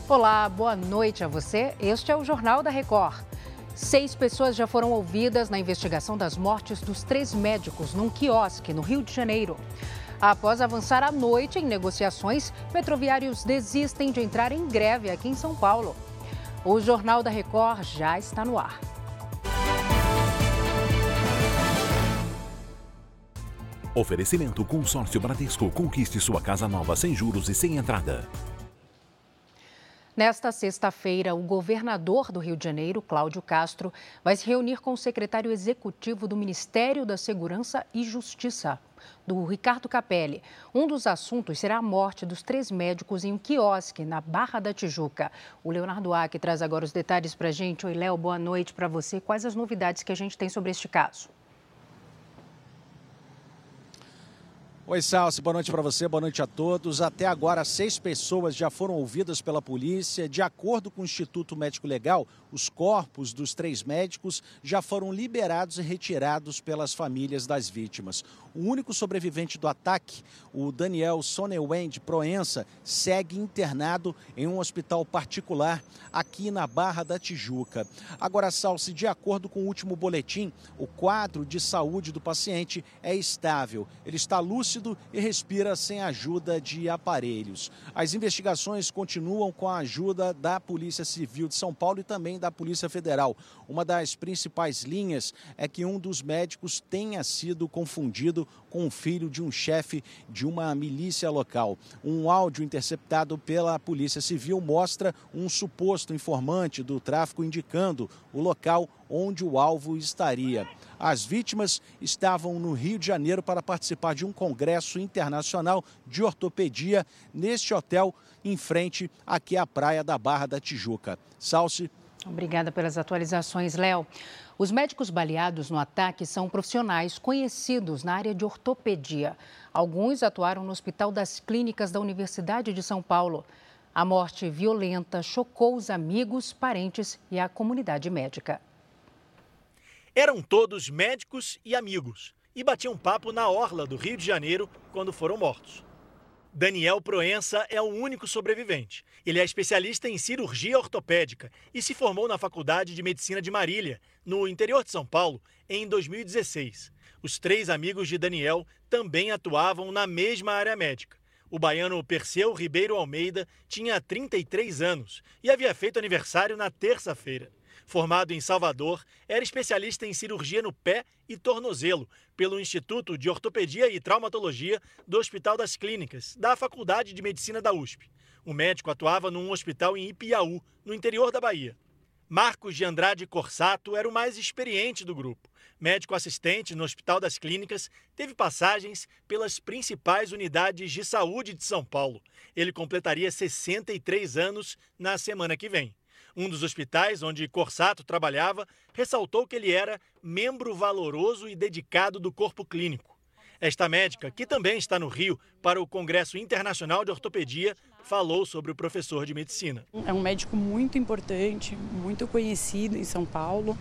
Olá, boa noite a você. Este é o Jornal da Record. 6 pessoas já foram ouvidas na investigação das mortes dos 3 médicos num quiosque no Rio de Janeiro. Após avançar à noite em negociações, metroviários desistem de entrar em greve aqui em São Paulo. O Jornal da Record já está no ar. Oferecimento Consórcio Bradesco. Conquiste sua casa nova sem juros e sem entrada. Nesta sexta-feira, o governador do Rio de Janeiro, Cláudio Castro, vai se reunir com o secretário executivo do Ministério da Segurança e Justiça, do Ricardo Capelli. Um dos assuntos será a morte dos 3 médicos em um quiosque na Barra da Tijuca. O Leonardo Aque traz agora os detalhes para a gente. Oi, Léo, boa noite para você. Quais as novidades que a gente tem sobre este caso? Oi, Salsi, boa noite para você, boa noite a todos. Até agora, 6 pessoas já foram ouvidas pela polícia. De acordo com o Instituto Médico Legal, os corpos dos 3 médicos já foram liberados e retirados pelas famílias das vítimas. O único sobrevivente do ataque, o Daniel Sonewend Proença, segue internado em um hospital particular aqui na Barra da Tijuca. Agora, Salsi, de acordo com o último boletim, o quadro de saúde do paciente é estável. Ele está lúcido e respira sem ajuda de aparelhos. As investigações continuam com a ajuda da Polícia Civil de São Paulo e também da Polícia Federal. Uma das principais linhas é que um dos médicos tenha sido confundido com o filho de um chefe de uma milícia local. Um áudio interceptado pela Polícia Civil mostra um suposto informante do tráfico indicando o local onde o alvo estaria. As vítimas estavam no Rio de Janeiro para participar de um congresso internacional de ortopedia neste hotel em frente aqui à praia da Barra da Tijuca. Salsi. Obrigada pelas atualizações, Léo. Os médicos baleados no ataque são profissionais conhecidos na área de ortopedia. Alguns atuaram no Hospital das Clínicas da Universidade de São Paulo. A morte violenta chocou os amigos, parentes e a comunidade médica. Eram todos médicos e amigos e batiam papo na orla do Rio de Janeiro quando foram mortos. Daniel Proença é o único sobrevivente. Ele é especialista em cirurgia ortopédica e se formou na Faculdade de Medicina de Marília, no interior de São Paulo, em 2016. Os 3 amigos de Daniel também atuavam na mesma área médica. O baiano Perseu Ribeiro Almeida tinha 33 anos e havia feito aniversário na terça-feira. Formado em Salvador, era especialista em cirurgia no pé e tornozelo pelo Instituto de Ortopedia e Traumatologia do Hospital das Clínicas, da Faculdade de Medicina da USP. O médico atuava num hospital em Ipiaú, no interior da Bahia. Marcos de Andrade Corsato era o mais experiente do grupo. Médico assistente no Hospital das Clínicas, teve passagens pelas principais unidades de saúde de São Paulo. Ele completaria 63 anos na semana que vem. Um dos hospitais onde Corsato trabalhava ressaltou que ele era membro valoroso e dedicado do corpo clínico. Esta médica, que também está no Rio para o Congresso Internacional de Ortopedia, falou sobre o professor de medicina. É um médico muito importante, muito conhecido em São Paulo.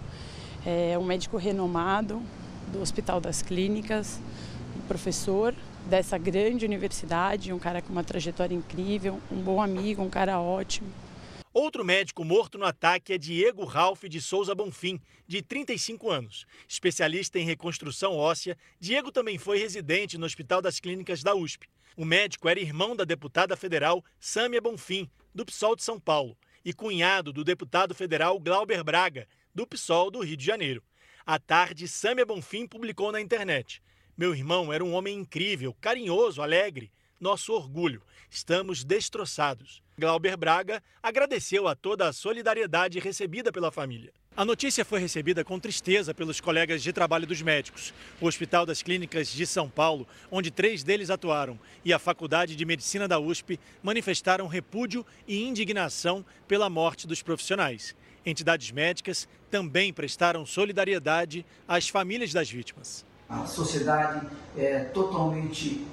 É um médico renomado do Hospital das Clínicas, um professor dessa grande universidade, um cara com uma trajetória incrível, um bom amigo, um cara ótimo. Outro médico morto no ataque é Diego Ralph de Souza Bonfim, de 35 anos. Especialista em reconstrução óssea, Diego também foi residente no Hospital das Clínicas da USP. O médico era irmão da deputada federal Sâmia Bonfim, do PSOL de São Paulo, e cunhado do deputado federal Glauber Braga, do PSOL do Rio de Janeiro. À tarde, Sâmia Bonfim publicou na internet: "Meu irmão era um homem incrível, carinhoso, alegre. Nosso orgulho. Estamos destroçados." Glauber Braga agradeceu a toda a solidariedade recebida pela família. A notícia foi recebida com tristeza pelos colegas de trabalho dos médicos. O Hospital das Clínicas de São Paulo, onde 3 deles atuaram, e a Faculdade de Medicina da USP manifestaram repúdio e indignação pela morte dos profissionais. Entidades médicas também prestaram solidariedade às famílias das vítimas. A sociedade é totalmente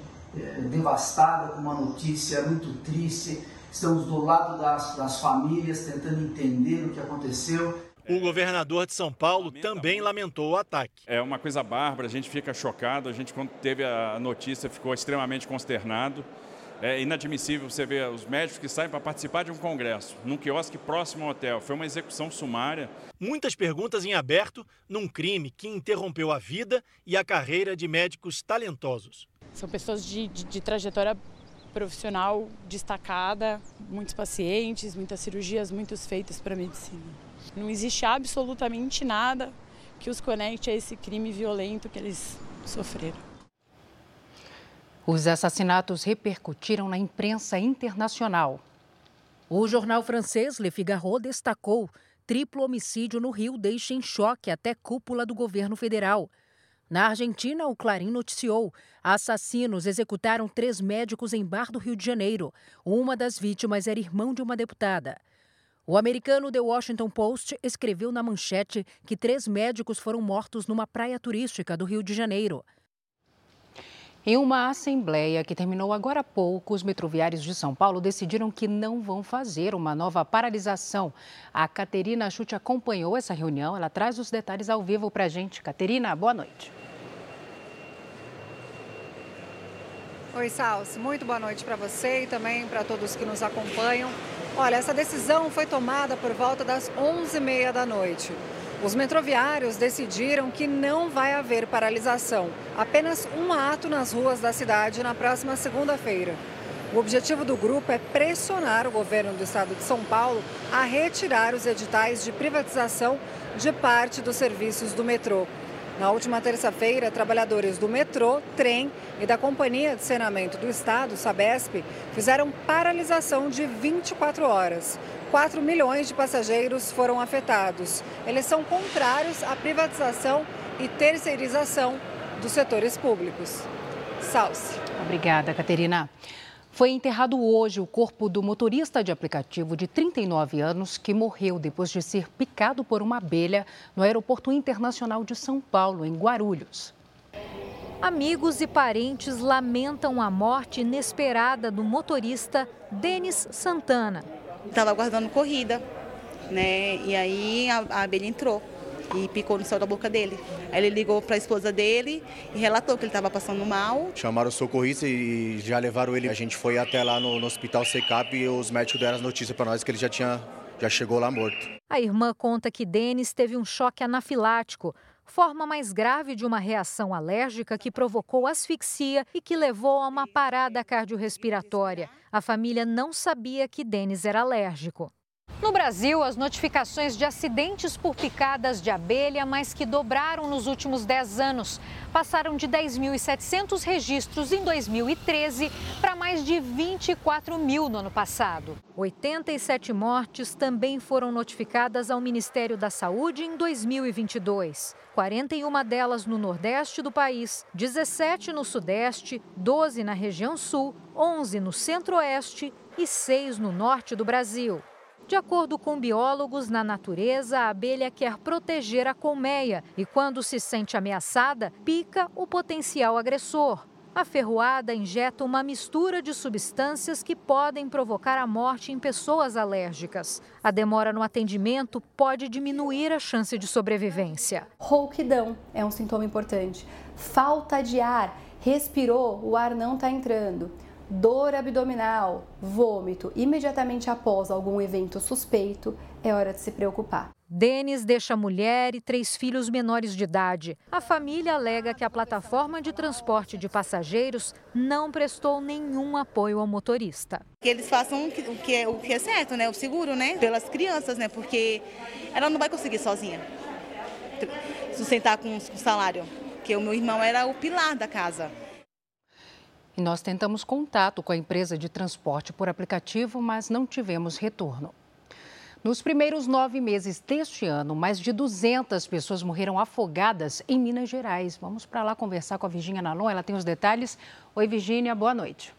devastada com uma notícia muito triste. Estamos do lado das famílias, tentando entender o que aconteceu. O governador de São Paulo também lamentou o ataque. É uma coisa bárbara, a gente fica chocado. A gente, quando teve a notícia, ficou extremamente consternado. É inadmissível você ver os médicos que saem para participar de um congresso, num quiosque próximo ao hotel. Foi uma execução sumária. Muitas perguntas em aberto num crime que interrompeu a vida e a carreira de médicos talentosos. São pessoas de trajetória profissional destacada, muitos pacientes, muitas cirurgias, muitos feitos para a medicina. Não existe absolutamente nada que os conecte a esse crime violento que eles sofreram. Os assassinatos repercutiram na imprensa internacional. O jornal francês Le Figaro destacou: triplo homicídio no Rio deixa em choque até cúpula do governo federal. Na Argentina, o Clarim noticiou: assassinos executaram 3 médicos em bar do Rio de Janeiro. Uma das vítimas era irmão de uma deputada. O americano The Washington Post escreveu na manchete que 3 médicos foram mortos numa praia turística do Rio de Janeiro. Em uma assembleia que terminou agora há pouco, os metroviários de São Paulo decidiram que não vão fazer uma nova paralisação. A Caterina Chute acompanhou essa reunião, ela traz os detalhes ao vivo para a gente. Caterina, boa noite. Oi, Salsi, muito boa noite para você e também para todos que nos acompanham. Olha, essa decisão foi tomada por volta das 11h30 da noite. Os metroviários decidiram que não vai haver paralisação, apenas um ato nas ruas da cidade na próxima segunda-feira. O objetivo do grupo é pressionar o governo do estado de São Paulo a retirar os editais de privatização de parte dos serviços do metrô. Na última terça-feira, trabalhadores do metrô, trem e da Companhia de Saneamento do Estado, Sabesp, fizeram paralisação de 24 horas. 4 milhões de passageiros foram afetados. Eles são contrários à privatização e terceirização dos setores públicos. Salsi. Obrigada, Caterina. Foi enterrado hoje o corpo do motorista de aplicativo de 39 anos que morreu depois de ser picado por uma abelha no Aeroporto Internacional de São Paulo, em Guarulhos. Amigos e parentes lamentam a morte inesperada do motorista Denis Santana. Estava aguardando corrida, né? E aí a abelha entrou e picou no céu da boca dele. Aí ele ligou para a esposa dele e relatou que ele estava passando mal. Chamaram o socorrista e já levaram ele. A gente foi até lá no hospital Secap e os médicos deram as notícias para nós que ele já chegou lá morto. A irmã conta que Denis teve um choque anafilático, forma mais grave de uma reação alérgica que provocou asfixia e que levou a uma parada cardiorrespiratória. A família não sabia que Denis era alérgico. No Brasil, as notificações de acidentes por picadas de abelha mais que dobraram nos últimos 10 anos. Passaram de 10.700 registros em 2013 para mais de 24 mil no ano passado. 87 mortes também foram notificadas ao Ministério da Saúde em 2022. 41 delas no Nordeste do país, 17 no Sudeste, 12 na região Sul, 11 no Centro-Oeste e 6 no Norte do Brasil. De acordo com biólogos, na natureza, a abelha quer proteger a colmeia e, quando se sente ameaçada, pica o potencial agressor. A ferroada injeta uma mistura de substâncias que podem provocar a morte em pessoas alérgicas. A demora no atendimento pode diminuir a chance de sobrevivência. Rouquidão é um sintoma importante. Falta de ar, respirou, o ar não está entrando. Dor abdominal, vômito, imediatamente após algum evento suspeito, é hora de se preocupar. Denis deixa mulher e 3 filhos menores de idade. A família alega que a plataforma de transporte de passageiros não prestou nenhum apoio ao motorista. Que eles façam o que é certo, né? O seguro, né? Pelas crianças, né? Porque ela não vai conseguir sozinha sustentar com salário. Porque o meu irmão era o pilar da casa. E nós tentamos contato com a empresa de transporte por aplicativo, mas não tivemos retorno. Nos primeiros 9 meses deste ano, mais de 200 pessoas morreram afogadas em Minas Gerais. Vamos para lá conversar com a Virgínia Nalon, ela tem os detalhes. Oi, Virgínia, boa noite.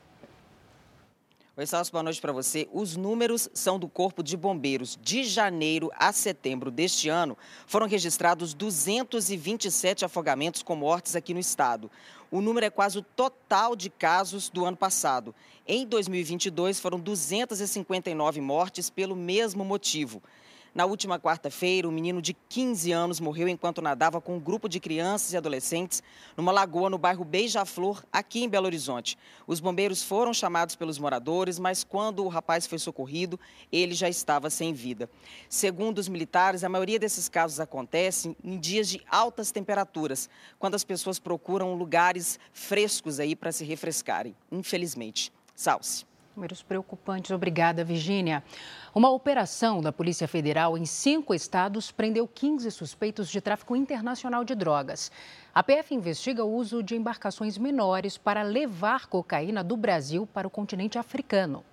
Oi, Celso, boa noite para você. Os números são do Corpo de Bombeiros. De janeiro a setembro deste ano, foram registrados 227 afogamentos com mortes aqui no estado. O número é quase o total de casos do ano passado. Em 2022, foram 259 mortes pelo mesmo motivo. Na última quarta-feira, um menino de 15 anos morreu enquanto nadava com um grupo de crianças e adolescentes numa lagoa no bairro Beija-Flor, aqui em Belo Horizonte. Os bombeiros foram chamados pelos moradores, mas quando o rapaz foi socorrido, ele já estava sem vida. Segundo os militares, a maioria desses casos acontecem em dias de altas temperaturas, quando as pessoas procuram lugares frescos aí para se refrescarem, infelizmente. Salce. Números preocupantes. Obrigada, Virgínia. Uma operação da Polícia Federal em 5 estados prendeu 15 suspeitos de tráfico internacional de drogas. A PF investiga o uso de embarcações menores para levar cocaína do Brasil para o continente africano.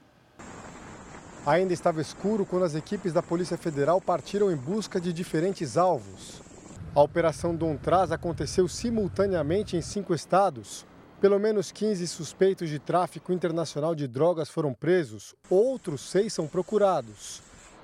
Ainda estava escuro quando as equipes da Polícia Federal partiram em busca de diferentes alvos. A Operação Dom Traz aconteceu simultaneamente em 5 estados. Pelo menos 15 suspeitos de tráfico internacional de drogas foram presos, outros 6 são procurados.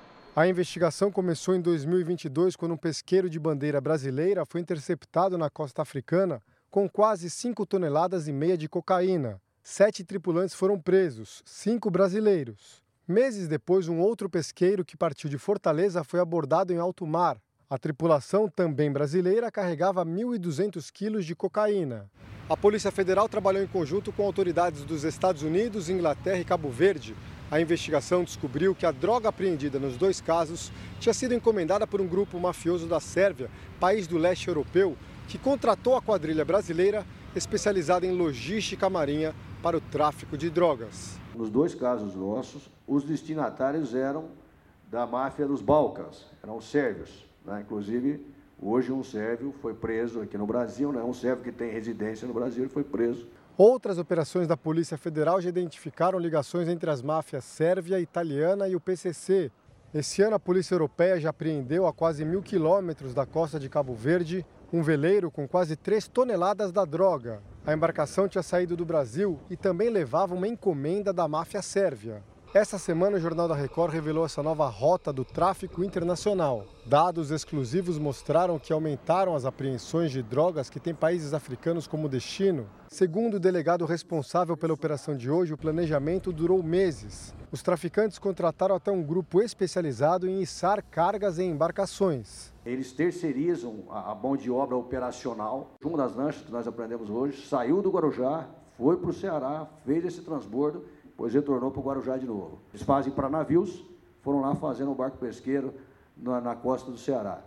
A investigação começou em 2022, quando um pesqueiro de bandeira brasileira foi interceptado na costa africana com quase 5,5 toneladas de cocaína. 7 tripulantes foram presos, 5 brasileiros. Meses depois, um outro pesqueiro que partiu de Fortaleza foi abordado em alto mar. A tripulação, também brasileira, carregava 1.200 quilos de cocaína. A Polícia Federal trabalhou em conjunto com autoridades dos Estados Unidos, Inglaterra e Cabo Verde. A investigação descobriu que a droga apreendida nos 2 casos tinha sido encomendada por um grupo mafioso da Sérvia, país do leste europeu, que contratou a quadrilha brasileira especializada em logística marinha para o tráfico de drogas. Nos 2 casos nossos, os destinatários eram da máfia dos Balcãs, eram os sérvios. Inclusive, hoje um sérvio foi preso aqui no Brasil, um sérvio que tem residência no Brasil, ele foi preso. Outras operações da Polícia Federal já identificaram ligações entre as máfias sérvia, italiana e o PCC. Esse ano, a Polícia Europeia já apreendeu a quase 1.000 quilômetros da costa de Cabo Verde um veleiro com quase 3 toneladas da droga. A embarcação tinha saído do Brasil e também levava uma encomenda da máfia sérvia. Essa semana, o Jornal da Record revelou essa nova rota do tráfico internacional. Dados exclusivos mostraram que aumentaram as apreensões de drogas que têm países africanos como destino. Segundo o delegado responsável pela operação de hoje, o planejamento durou meses. Os traficantes contrataram até um grupo especializado em içar cargas em embarcações. Eles terceirizam a mão de obra operacional. Uma das lanchas que nós aprendemos hoje saiu do Guarujá, foi para o Ceará, fez esse transbordo, depois retornou para o Guarujá de novo. Eles fazem para navios, foram lá fazendo um barco pesqueiro na costa do Ceará.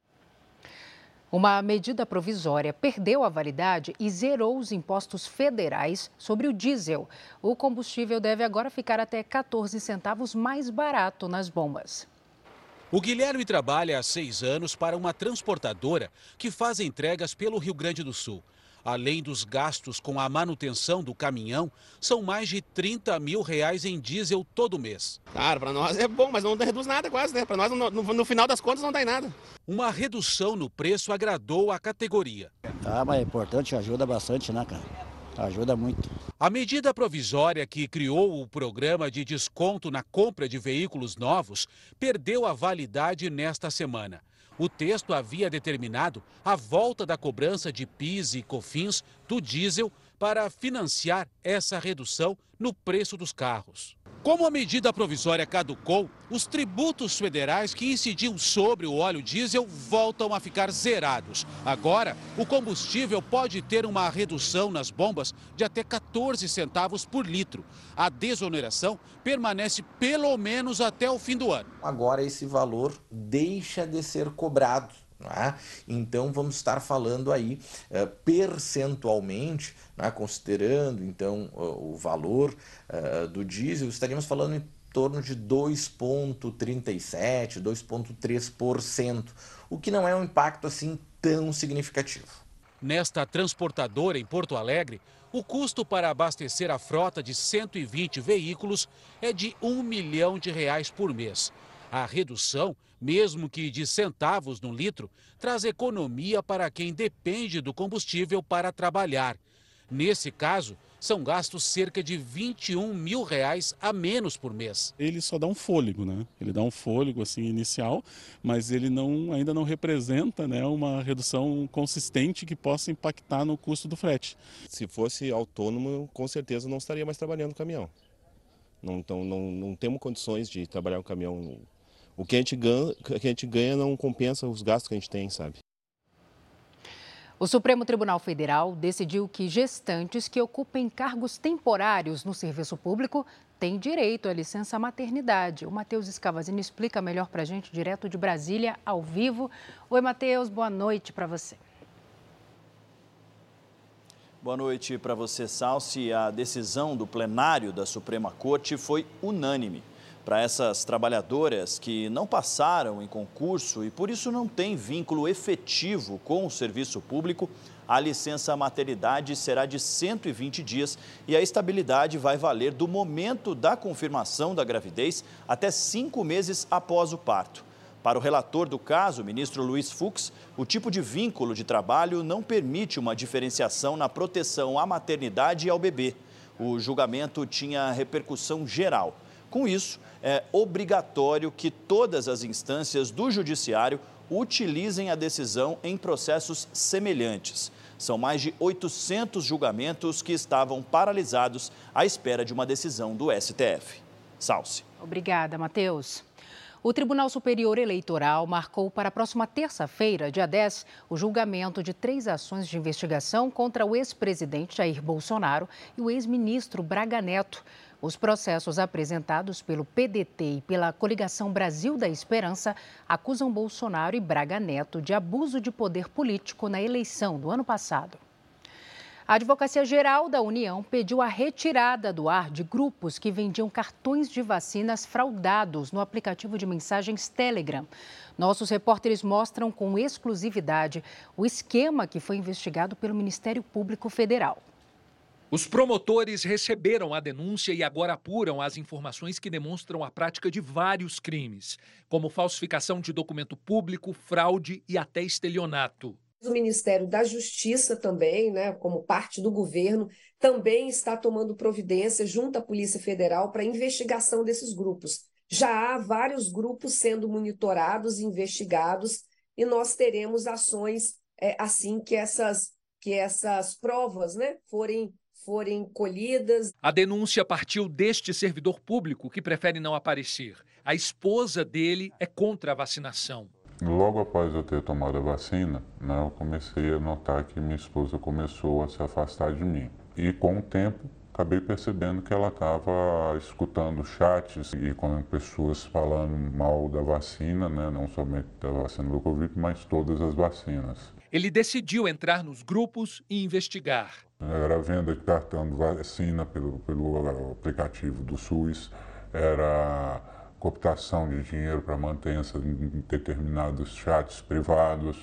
Uma medida provisória perdeu a validade e zerou os impostos federais sobre o diesel. O combustível deve agora ficar até 14 centavos mais barato nas bombas. O Guilherme trabalha há 6 anos para uma transportadora que faz entregas pelo Rio Grande do Sul. Além dos gastos com a manutenção do caminhão, são mais de R$30 mil em diesel todo mês. Claro, para nós é bom, mas não reduz nada quase, né? Para nós, no final das contas, não dá em nada. Uma redução no preço agradou a categoria. Mas é importante, ajuda bastante, né, cara? Ajuda muito. A medida provisória que criou o programa de desconto na compra de veículos novos perdeu a validade nesta semana. O texto havia determinado a volta da cobrança de PIS e COFINS do diesel para financiar essa redução no preço dos carros. Como a medida provisória caducou, os tributos federais que incidiam sobre o óleo diesel voltam a ficar zerados. Agora, o combustível pode ter uma redução nas bombas de até 14 centavos por litro. A desoneração permanece pelo menos até o fim do ano. Agora esse valor deixa de ser cobrado. Então vamos estar falando aí percentualmente, considerando então o valor do diesel, estaríamos falando em torno de 2,37%, 2,3%, o que não é um impacto assim tão significativo. Nesta transportadora em Porto Alegre, o custo para abastecer a frota de 120 veículos é de R$1 milhão por mês. A redução, mesmo que de centavos no litro, traz economia para quem depende do combustível para trabalhar. Nesse caso, são gastos cerca de R$21 mil a menos por mês. Ele só dá um fôlego, né? Ele dá um fôlego assim inicial, mas ele ainda não representa, né, uma redução consistente que possa impactar no custo do frete. Se fosse autônomo, com certeza não estaria mais trabalhando no caminhão. Não temos condições de trabalhar um caminhão o que a gente ganha não compensa os gastos que a gente tem, sabe? O Supremo Tribunal Federal decidiu que gestantes que ocupem cargos temporários no serviço público têm direito à licença maternidade. O Matheus Escavazini explica melhor para a gente, direto de Brasília, ao vivo. Oi, Matheus, boa noite para você. Boa noite para você, Salsi. A decisão do plenário da Suprema Corte foi unânime. Para essas trabalhadoras que não passaram em concurso e por isso não têm vínculo efetivo com o serviço público, a licença maternidade será de 120 dias e a estabilidade vai valer do momento da confirmação da gravidez até 5 meses após o parto. Para o relator do caso, o ministro Luiz Fux, o tipo de vínculo de trabalho não permite uma diferenciação na proteção à maternidade e ao bebê. O julgamento tinha repercussão geral. Com isso, é obrigatório que todas as instâncias do judiciário utilizem a decisão em processos semelhantes. São mais de 800 julgamentos que estavam paralisados à espera de uma decisão do STF. Salsi. Obrigada, Matheus. O Tribunal Superior Eleitoral marcou para a próxima terça-feira, dia 10, o julgamento de 3 ações de investigação contra o ex-presidente Jair Bolsonaro e o ex-ministro Braga Neto. Os processos apresentados pelo PDT e pela Coligação Brasil da Esperança acusam Bolsonaro e Braga Neto de abuso de poder político na eleição do ano passado. A Advocacia Geral da União pediu a retirada do ar de grupos que vendiam cartões de vacinas fraudados no aplicativo de mensagens Telegram. Nossos repórteres mostram com exclusividade o esquema que foi investigado pelo Ministério Público Federal. Os promotores receberam a denúncia e agora apuram as informações que demonstram a prática de vários crimes, como falsificação de documento público, fraude e até estelionato. O Ministério da Justiça também, como parte do governo, também está tomando providência junto à Polícia Federal para a investigação desses grupos. Já há vários grupos sendo monitorados e investigados e nós teremos ações assim que essas provas forem colhidas. A denúncia partiu deste servidor público que prefere não aparecer. A esposa dele é contra a vacinação. Logo após eu ter tomado a vacina, eu comecei a notar que minha esposa começou a se afastar de mim. E com o tempo, acabei percebendo que ela estava escutando chats e com pessoas falando mal da vacina, não somente da vacina do Covid, mas todas as vacinas. Ele decidiu entrar nos grupos e investigar. Era venda de cartão de vacina pelo aplicativo do SUS, era cooptação de dinheiro para mantença em determinados chats privados,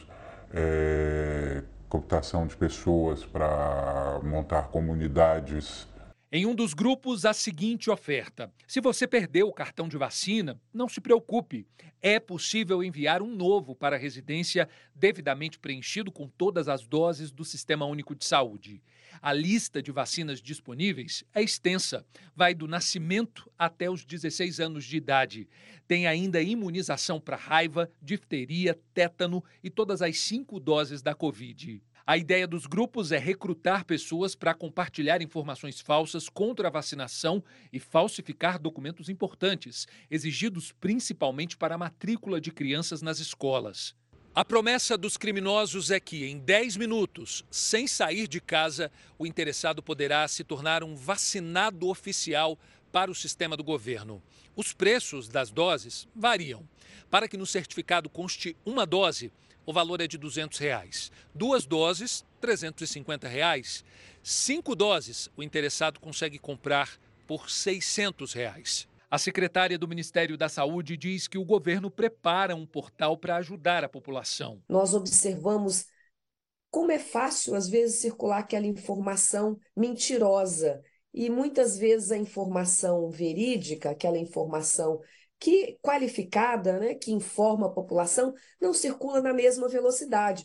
cooptação de pessoas para montar comunidades. Em um dos grupos, a seguinte oferta: se você perdeu o cartão de vacina, não se preocupe. É possível enviar um novo para a residência devidamente preenchido com todas as doses do Sistema Único de Saúde. A lista de vacinas disponíveis é extensa, vai do nascimento até os 16 anos de idade. Tem ainda imunização para raiva, difteria, tétano e todas as 5 doses da Covid. A ideia dos grupos é recrutar pessoas para compartilhar informações falsas contra a vacinação e falsificar documentos importantes, exigidos principalmente para a matrícula de crianças nas escolas. A promessa dos criminosos é que, em 10 minutos, sem sair de casa, o interessado poderá se tornar um vacinado oficial para o sistema do governo. Os preços das doses variam. Para que no certificado conste uma dose, o valor é de R$ 200. 2 doses, R$ 350. 5 doses, o interessado consegue comprar por R$ 600. A secretária do Ministério da Saúde diz que o governo prepara um portal para ajudar a população. Nós observamos como é fácil, às vezes, circular aquela informação mentirosa e muitas vezes a informação verídica, aquela informação qualificada, que informa a população, não circula na mesma velocidade.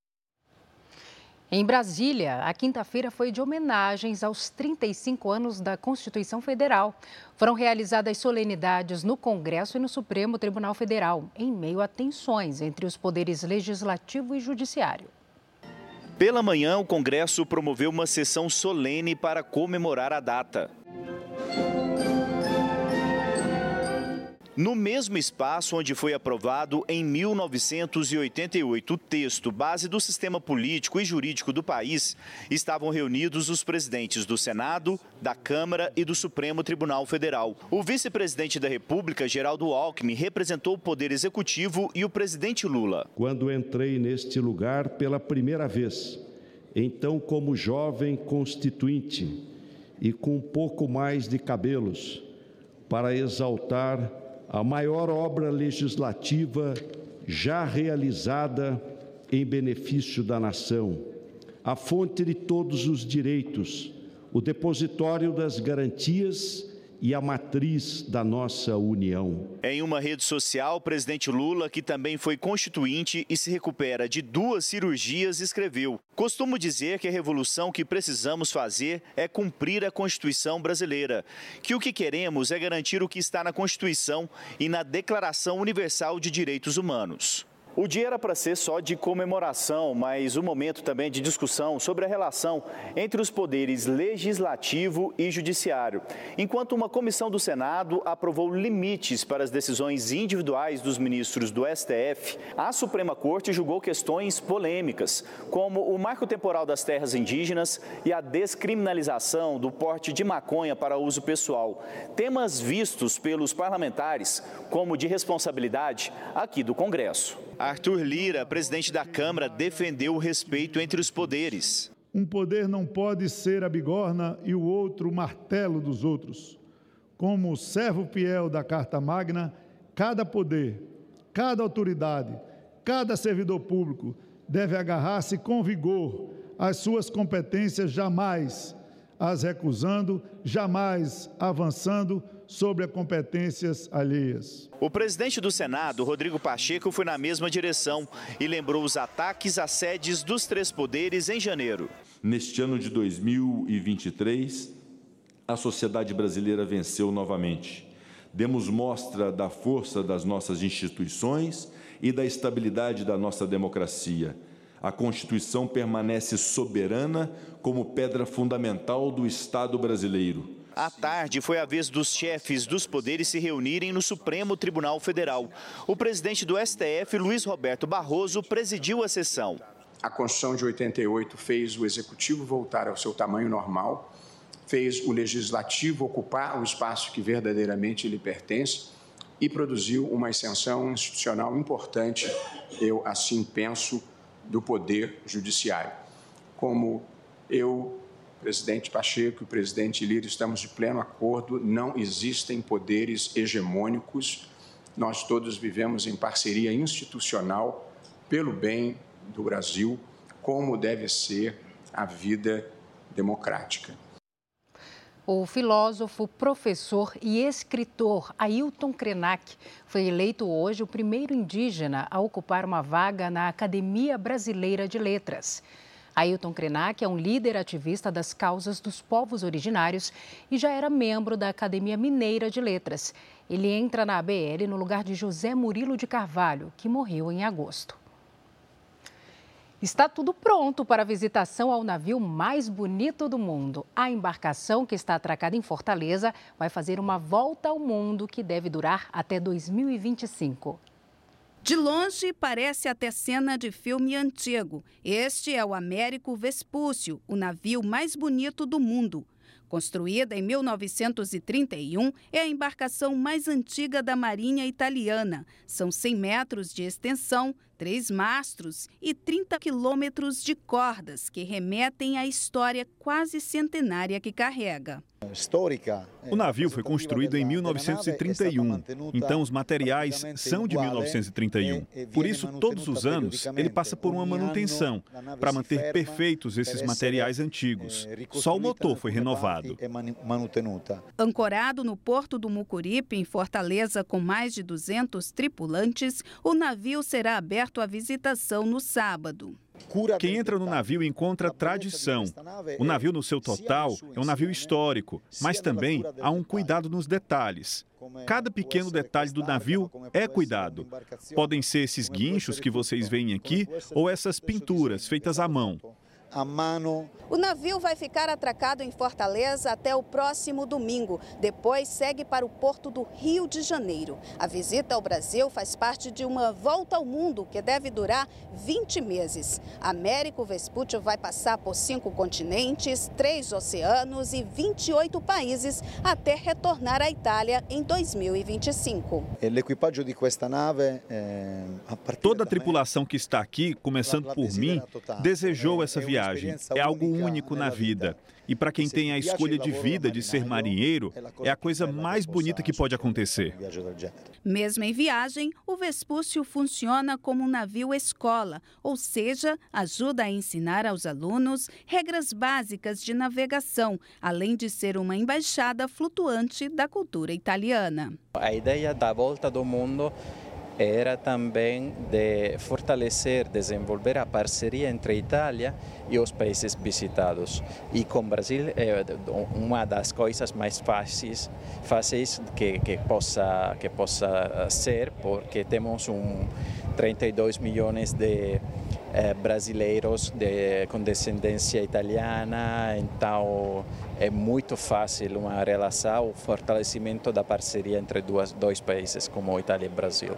Em Brasília, a quinta-feira foi de homenagens aos 35 anos da Constituição Federal. Foram realizadas solenidades no Congresso e no Supremo Tribunal Federal, em meio a tensões entre os poderes legislativo e judiciário. Pela manhã, o Congresso promoveu uma sessão solene para comemorar a data. No mesmo espaço onde foi aprovado em 1988 o texto base do sistema político e jurídico do país, estavam reunidos os presidentes do Senado, da Câmara e do Supremo Tribunal Federal. O vice-presidente da República, Geraldo Alckmin, representou o Poder Executivo e o presidente Lula. Quando entrei neste lugar pela primeira vez, então como jovem constituinte e com um pouco mais de cabelos, para exaltar a maior obra legislativa já realizada em benefício da nação, a fonte de todos os direitos, o depositório das garantias e a matriz da nossa União. Em uma rede social, o presidente Lula, que também foi constituinte e se recupera de 2 cirurgias, escreveu: "Costumo dizer que a revolução que precisamos fazer é cumprir a Constituição brasileira, que o que queremos é garantir o que está na Constituição e na Declaração Universal de Direitos Humanos." O dia era para ser só de comemoração, mas um momento também de discussão sobre a relação entre os poderes legislativo e judiciário. Enquanto uma comissão do Senado aprovou limites para as decisões individuais dos ministros do STF, a Suprema Corte julgou questões polêmicas, como o marco temporal das terras indígenas e a descriminalização do porte de maconha para uso pessoal, temas vistos pelos parlamentares como de responsabilidade aqui do Congresso. Arthur Lira, presidente da Câmara, defendeu o respeito entre os poderes. Um poder não pode ser a bigorna e o outro o martelo dos outros. Como servo fiel da Carta Magna, cada poder, cada autoridade, cada servidor público deve agarrar-se com vigor às suas competências, jamais as recusando, jamais avançando sobre as competências alheias. O presidente do Senado, Rodrigo Pacheco, foi na mesma direção e lembrou os ataques às sedes dos 3 poderes em janeiro. Neste ano de 2023, a sociedade brasileira venceu novamente. Demos mostra da força das nossas instituições e da estabilidade da nossa democracia. A Constituição permanece soberana como pedra fundamental do Estado brasileiro. À tarde, foi a vez dos chefes dos poderes se reunirem no Supremo Tribunal Federal. O presidente do STF, Luiz Roberto Barroso, presidiu a sessão. A Constituição de 88 fez o Executivo voltar ao seu tamanho normal, fez o Legislativo ocupar o espaço que verdadeiramente lhe pertence e produziu uma ascensão institucional importante, eu assim penso, do Poder Judiciário. Como eu, presidente Pacheco e o presidente Lira estamos de pleno acordo, não existem poderes hegemônicos, nós todos vivemos em parceria institucional pelo bem do Brasil, como deve ser a vida democrática. O filósofo, professor e escritor Ailton Krenak foi eleito hoje o primeiro indígena a ocupar uma vaga na Academia Brasileira de Letras. Ailton Krenak é um líder ativista das causas dos povos originários e já era membro da Academia Mineira de Letras. Ele entra na ABL no lugar de José Murilo de Carvalho, que morreu em agosto. Está tudo pronto para a visitação ao navio mais bonito do mundo. A embarcação, que está atracada em Fortaleza, vai fazer uma volta ao mundo que deve durar até 2025. De longe, parece até cena de filme antigo. Este é o Américo Vespúcio, o navio mais bonito do mundo. Construída em 1931, é a embarcação mais antiga da Marinha Italiana. São 100 metros de extensão, 3 mastros e 30 quilômetros de cordas que remetem à história quase centenária que carrega. O navio foi construído em 1931, então os materiais são de 1931. Por isso, todos os anos, ele passa por uma manutenção para manter perfeitos esses materiais antigos. Só o motor foi renovado. Ancorado no porto do Mucuripe, em Fortaleza, com mais de 200 tripulantes, o navio será aberto à visitação no sábado. Quem entra no navio encontra tradição. O navio, no seu total, é um navio histórico, mas também há um cuidado nos detalhes. Cada pequeno detalhe do navio é cuidado. Podem ser esses guinchos que vocês veem aqui ou essas pinturas feitas à mão. a mano. O navio vai ficar atracado em Fortaleza até o próximo domingo. Depois segue para o porto do Rio de Janeiro. A visita ao Brasil faz parte de uma volta ao mundo que deve durar 20 meses. Américo Vespucci vai passar por 5 continentes, 3 oceanos e 28 países até retornar à Itália em 2025. Toda a tripulação que está aqui, começando por mim, desejou essa viagem. É algo único na vida. E para quem tem a escolha de vida de ser marinheiro, é a coisa mais bonita que pode acontecer. Mesmo em viagem, o Vespúcio funciona como um navio escola, ou seja, ajuda a ensinar aos alunos regras básicas de navegação, além de ser uma embaixada flutuante da cultura italiana. A ideia da volta do mundo era também de fortalecer, desenvolver a parceria entre a Itália e os países visitados. E com o Brasil é uma das coisas mais fáceis que possa ser, porque temos 32 milhões de brasileiros com descendência italiana, então é muito fácil uma relação, o fortalecimento da parceria entre dois países como Itália e Brasil.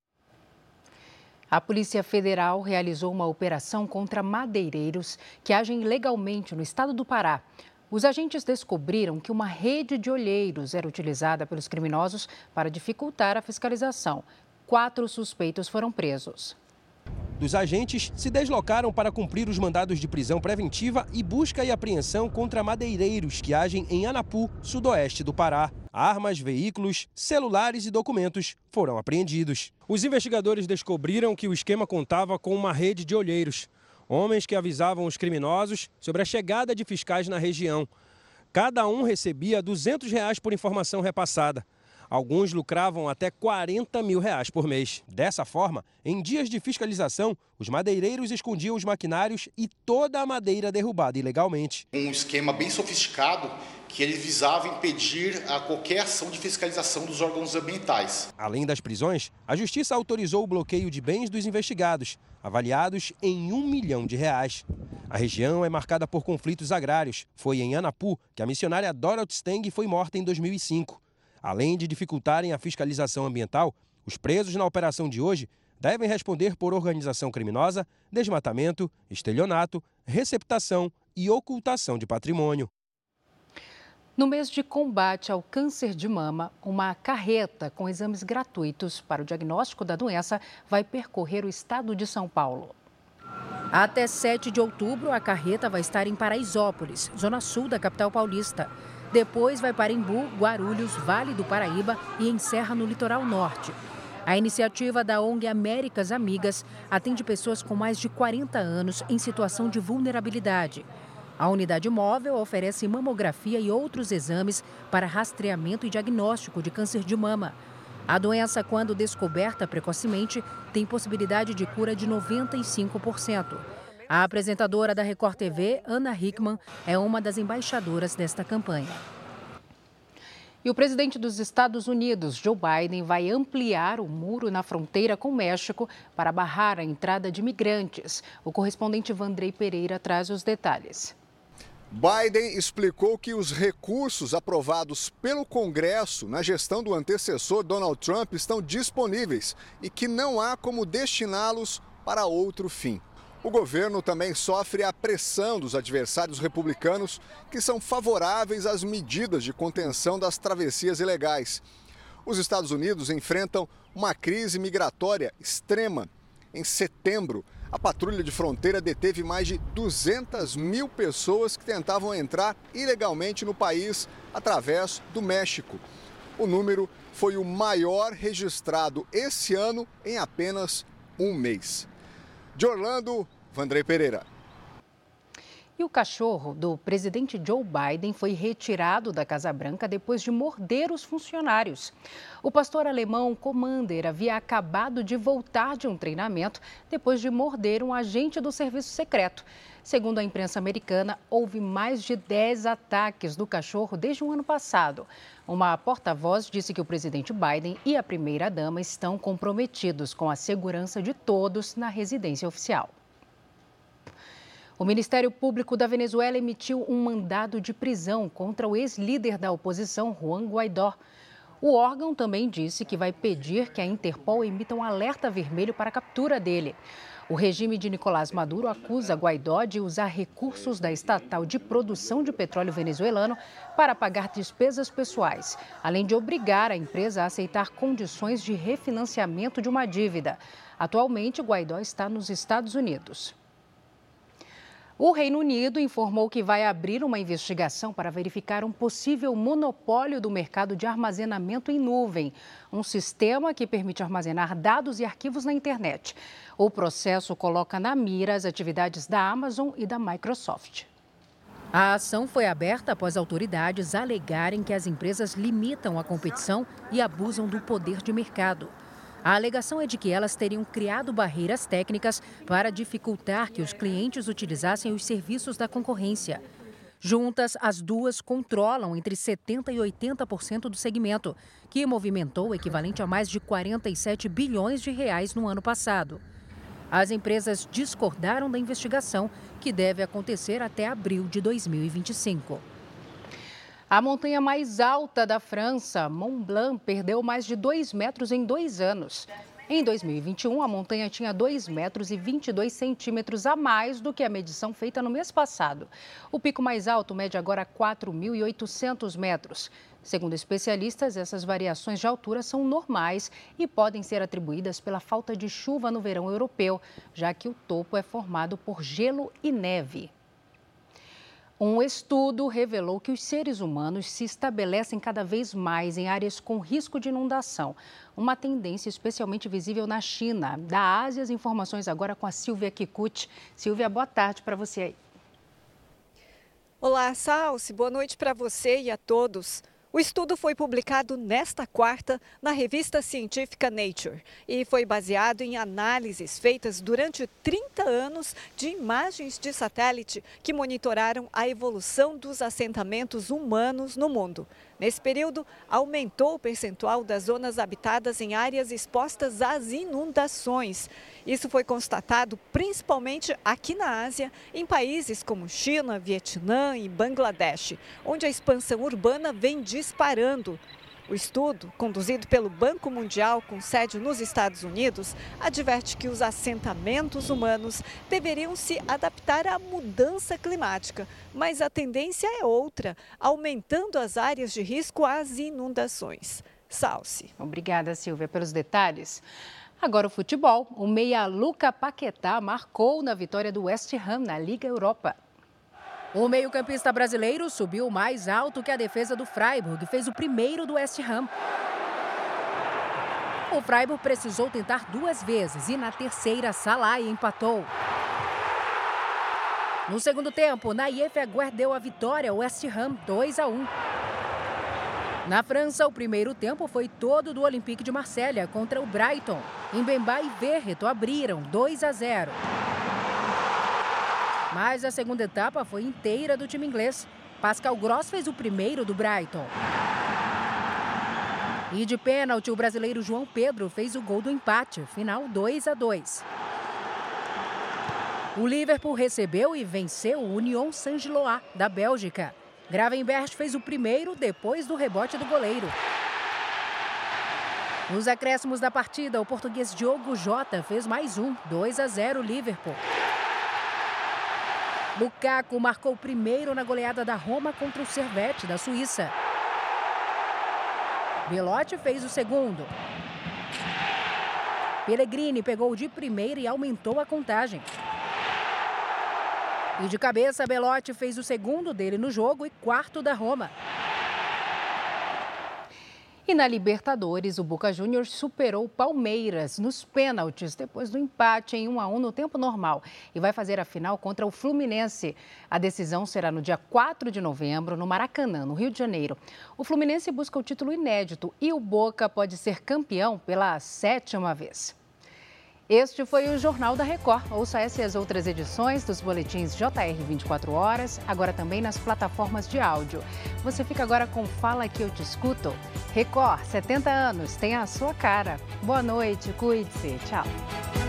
A Polícia Federal realizou uma operação contra madeireiros que agem ilegalmente no estado do Pará. Os agentes descobriram que uma rede de olheiros era utilizada pelos criminosos para dificultar a fiscalização. 4 suspeitos foram presos. Os agentes se deslocaram para cumprir os mandados de prisão preventiva e busca e apreensão contra madeireiros que agem em Anapu, sudoeste do Pará. Armas, veículos, celulares e documentos foram apreendidos. Os investigadores descobriram que o esquema contava com uma rede de olheiros, homens que avisavam os criminosos sobre a chegada de fiscais na região. Cada um recebia R$ 200 por informação repassada. Alguns lucravam até R$40 mil por mês. Dessa forma, em dias de fiscalização, os madeireiros escondiam os maquinários e toda a madeira derrubada ilegalmente. Um esquema bem sofisticado que ele visava impedir a qualquer ação de fiscalização dos órgãos ambientais. Além das prisões, a Justiça autorizou o bloqueio de bens dos investigados, avaliados em R$1 milhão. A região é marcada por conflitos agrários. Foi em Anapu que a missionária Dorothy Steng foi morta em 2005. Além de dificultarem a fiscalização ambiental, os presos na operação de hoje devem responder por organização criminosa, desmatamento, estelionato, receptação e ocultação de patrimônio. No mês de combate ao câncer de mama, uma carreta com exames gratuitos para o diagnóstico da doença vai percorrer o estado de São Paulo. Até 7 de outubro, a carreta vai estar em Paraisópolis, zona sul da capital paulista. Depois vai para Embu, Guarulhos, Vale do Paraíba e encerra no litoral norte. A iniciativa da ONG Américas Amigas atende pessoas com mais de 40 anos em situação de vulnerabilidade. A unidade móvel oferece mamografia e outros exames para rastreamento e diagnóstico de câncer de mama. A doença, quando descoberta precocemente, tem possibilidade de cura de 95%. A apresentadora da Record TV, Ana Hickman, é uma das embaixadoras desta campanha. E o presidente dos Estados Unidos, Joe Biden, vai ampliar o muro na fronteira com o México para barrar a entrada de migrantes. O correspondente Vandrei Pereira traz os detalhes. Biden explicou que os recursos aprovados pelo Congresso na gestão do antecessor Donald Trump estão disponíveis e que não há como destiná-los para outro fim. O governo também sofre a pressão dos adversários republicanos, que são favoráveis às medidas de contenção das travessias ilegais. Os Estados Unidos enfrentam uma crise migratória extrema. Em setembro, a patrulha de fronteira deteve mais de 200 mil pessoas que tentavam entrar ilegalmente no país através do México. O número foi o maior registrado esse ano em apenas um mês. De Orlando, Vandrei Pereira. E o cachorro do presidente Joe Biden foi retirado da Casa Branca depois de morder os funcionários. O pastor alemão Commander havia acabado de voltar de um treinamento depois de morder um agente do serviço secreto. Segundo a imprensa americana, houve mais de 10 ataques do cachorro desde o ano passado. Uma porta-voz disse que o presidente Biden e a primeira-dama estão comprometidos com a segurança de todos na residência oficial. O Ministério Público da Venezuela emitiu um mandado de prisão contra o ex-líder da oposição, Juan Guaidó. O órgão também disse que vai pedir que a Interpol emita um alerta vermelho para a captura dele. O regime de Nicolás Maduro acusa Guaidó de usar recursos da estatal de produção de petróleo venezuelano para pagar despesas pessoais, além de obrigar a empresa a aceitar condições de refinanciamento de uma dívida. Atualmente, Guaidó está nos Estados Unidos. O Reino Unido informou que vai abrir uma investigação para verificar um possível monopólio do mercado de armazenamento em nuvem, um sistema que permite armazenar dados e arquivos na internet. O processo coloca na mira as atividades da Amazon e da Microsoft. A ação foi aberta após autoridades alegarem que as empresas limitam a competição e abusam do poder de mercado. A alegação é de que elas teriam criado barreiras técnicas para dificultar que os clientes utilizassem os serviços da concorrência. Juntas, as duas controlam entre 70% e 80% do segmento, que movimentou o equivalente a mais de 47 bilhões de reais no ano passado. As empresas discordaram da investigação, que deve acontecer até abril de 2025. A montanha mais alta da França, Mont Blanc, perdeu mais de 2 metros em 2 anos. Em 2021, a montanha tinha 2 metros e 22 centímetros a mais do que a medição feita no mês passado. O pico mais alto mede agora 4.800 metros. Segundo especialistas, essas variações de altura são normais e podem ser atribuídas pela falta de chuva no verão europeu, já que o topo é formado por gelo e neve. Um estudo revelou que os seres humanos se estabelecem cada vez mais em áreas com risco de inundação, uma tendência especialmente visível na China. Da Ásia, as informações agora com a Silvia Kikuchi. Silvia, boa tarde para você aí. Olá, Salsi, boa noite para você e a todos. O estudo foi publicado nesta quarta na revista científica Nature e foi baseado em análises feitas durante 30 anos de imagens de satélite que monitoraram a evolução dos assentamentos humanos no mundo. Nesse período, aumentou o percentual das zonas habitadas em áreas expostas às inundações. Isso foi constatado principalmente aqui na Ásia, em países como China, Vietnã e Bangladesh, onde a expansão urbana vem disparando. O estudo, conduzido pelo Banco Mundial com sede nos Estados Unidos, adverte que os assentamentos humanos deveriam se adaptar à mudança climática, mas a tendência é outra, aumentando as áreas de risco às inundações. Salsi. Obrigada, Silvia, pelos detalhes. Agora o futebol. O meia Lucas Paquetá marcou na vitória do West Ham na Liga Europa. O meio-campista brasileiro subiu mais alto que a defesa do Freiburg e fez o primeiro do West Ham. O Freiburg precisou tentar 2 vezes e na terceira Salah empatou. No segundo tempo, Nayef Aguerd deu a vitória ao West Ham 2-1. Na França, o primeiro tempo foi todo do Olympique de Marselha contra o Brighton. Mbemba e Verreto abriram 2-0. Mas a segunda etapa foi inteira do time inglês. Pascal Gross fez o primeiro do Brighton. E de pênalti, o brasileiro João Pedro fez o gol do empate, final 2-2. O Liverpool recebeu e venceu o Union Saint-Gilloise, da Bélgica. Gravenberch fez o primeiro depois do rebote do goleiro. Nos acréscimos da partida, o português Diogo Jota fez mais um, 2-0 Liverpool. Lukaku marcou o primeiro na goleada da Roma contra o Servette, da Suíça. Belotti fez o segundo. Pellegrini pegou de primeira e aumentou a contagem. E de cabeça, Belotti fez o segundo dele no jogo e quarto da Roma. E na Libertadores, o Boca Juniors superou o Palmeiras nos pênaltis, depois do empate em 1-1 no tempo normal. E vai fazer a final contra o Fluminense. A decisão será no dia 4 de novembro, no Maracanã, no Rio de Janeiro. O Fluminense busca o título inédito e o Boca pode ser campeão pela 7ª vez. Este foi o Jornal da Record. Ouça essa e as outras edições dos boletins JR 24 horas, agora também nas plataformas de áudio. Você fica agora com Fala Que Eu Te Escuto. Record, 70 anos, tem a sua cara. Boa noite, cuide-se, tchau.